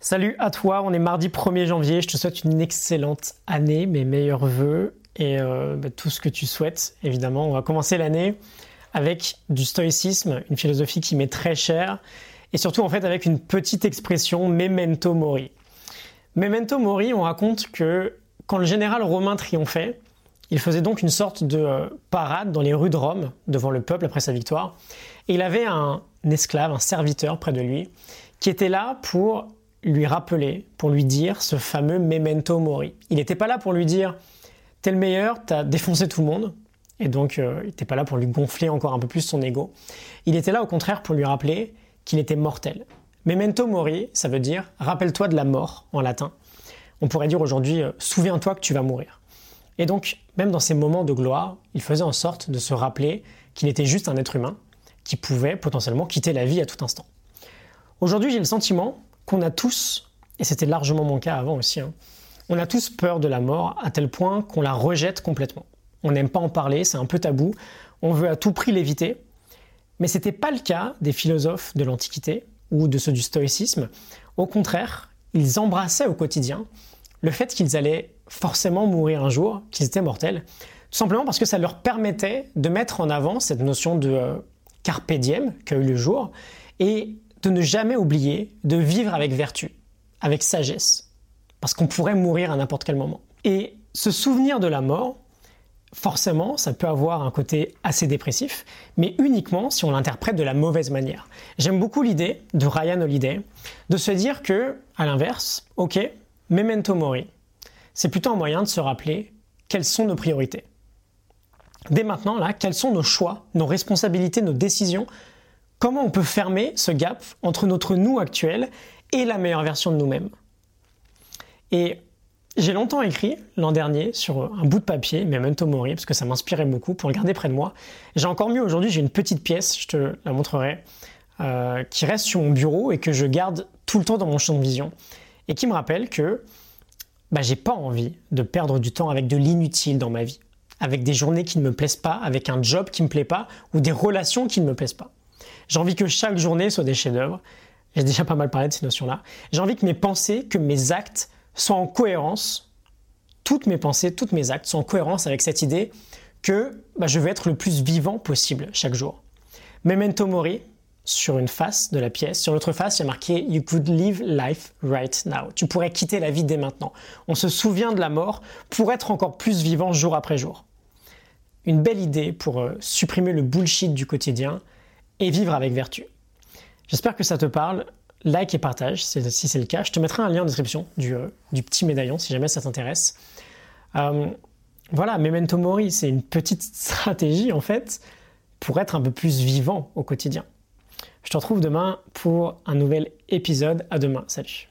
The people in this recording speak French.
Salut à toi, on est mardi 1er janvier, je te souhaite une excellente année, mes meilleurs vœux et tout ce que tu souhaites. Évidemment, on va commencer l'année avec du stoïcisme, une philosophie qui m'est très chère et surtout en fait avec une petite expression memento mori. Memento mori, on raconte que quand le général romain triomphait, il faisait donc une sorte de parade dans les rues de Rome devant le peuple après sa victoire et il avait un esclave, un serviteur près de lui qui était là pour lui rappeler, pour lui dire ce fameux memento mori. Il n'était pas là pour lui dire « t'es le meilleur, t'as défoncé tout le monde », et donc il n'était pas là pour lui gonfler encore un peu plus son ego. Il était là au contraire pour lui rappeler qu'il était mortel. Memento mori, ça veut dire « rappelle-toi de la mort » en latin. On pourrait dire aujourd'hui « souviens-toi que tu vas mourir ». Et donc, même dans ces moments de gloire, il faisait en sorte de se rappeler qu'il était juste un être humain qui pouvait potentiellement quitter la vie à tout instant. Aujourd'hui, j'ai le sentiment qu'on a tous, et c'était largement mon cas avant aussi, on a tous peur de la mort à tel point qu'on la rejette complètement. On n'aime pas en parler, c'est un peu tabou, on veut à tout prix l'éviter, mais ce n'était pas le cas des philosophes de l'Antiquité ou de ceux du stoïcisme. Au contraire, ils embrassaient au quotidien le fait qu'ils allaient forcément mourir un jour, qu'ils étaient mortels, tout simplement parce que ça leur permettait de mettre en avant cette notion de carpe diem qu'a eu le jour, et de ne jamais oublier de vivre avec vertu, avec sagesse, parce qu'on pourrait mourir à n'importe quel moment. Et ce souvenir de la mort, forcément, ça peut avoir un côté assez dépressif, mais uniquement si on l'interprète de la mauvaise manière. J'aime beaucoup l'idée de Ryan Holiday de se dire que, à l'inverse, ok, memento mori, c'est plutôt un moyen de se rappeler quelles sont nos priorités. Dès maintenant, là, quels sont nos choix, nos responsabilités, nos décisions. Comment on peut fermer ce gap entre notre nous actuel et la meilleure version de nous-mêmes? Et j'ai longtemps écrit l'an dernier sur un bout de papier, memento mori, parce que ça m'inspirait beaucoup pour le garder près de moi. J'ai encore mieux aujourd'hui, j'ai une petite pièce, je te la montrerai, qui reste sur mon bureau et que je garde tout le temps dans mon champ de vision et qui me rappelle que j'ai pas envie de perdre du temps avec de l'inutile dans ma vie, avec des journées qui ne me plaisent pas, avec un job qui ne me plaît pas ou des relations qui ne me plaisent pas. J'ai envie que chaque journée soit des chefs-d'œuvre. J'ai déjà pas mal parlé de ces notions-là. J'ai envie que mes pensées, que mes actes soient en cohérence. Toutes mes pensées, tous mes actes soient en cohérence avec cette idée que je veux être le plus vivant possible chaque jour. Memento mori, sur une face de la pièce. Sur l'autre face, il y a marqué « You could live life right now ». Tu pourrais quitter la vie dès maintenant. On se souvient de la mort pour être encore plus vivant jour après jour. Une belle idée pour supprimer le bullshit du quotidien et vivre avec vertu. J'espère que ça te parle. Like et partage si c'est le cas. Je te mettrai un lien en description du petit médaillon si jamais ça t'intéresse. Voilà, memento mori, c'est une petite stratégie en fait pour être un peu plus vivant au quotidien. Je te retrouve demain pour un nouvel épisode. À demain. Salut.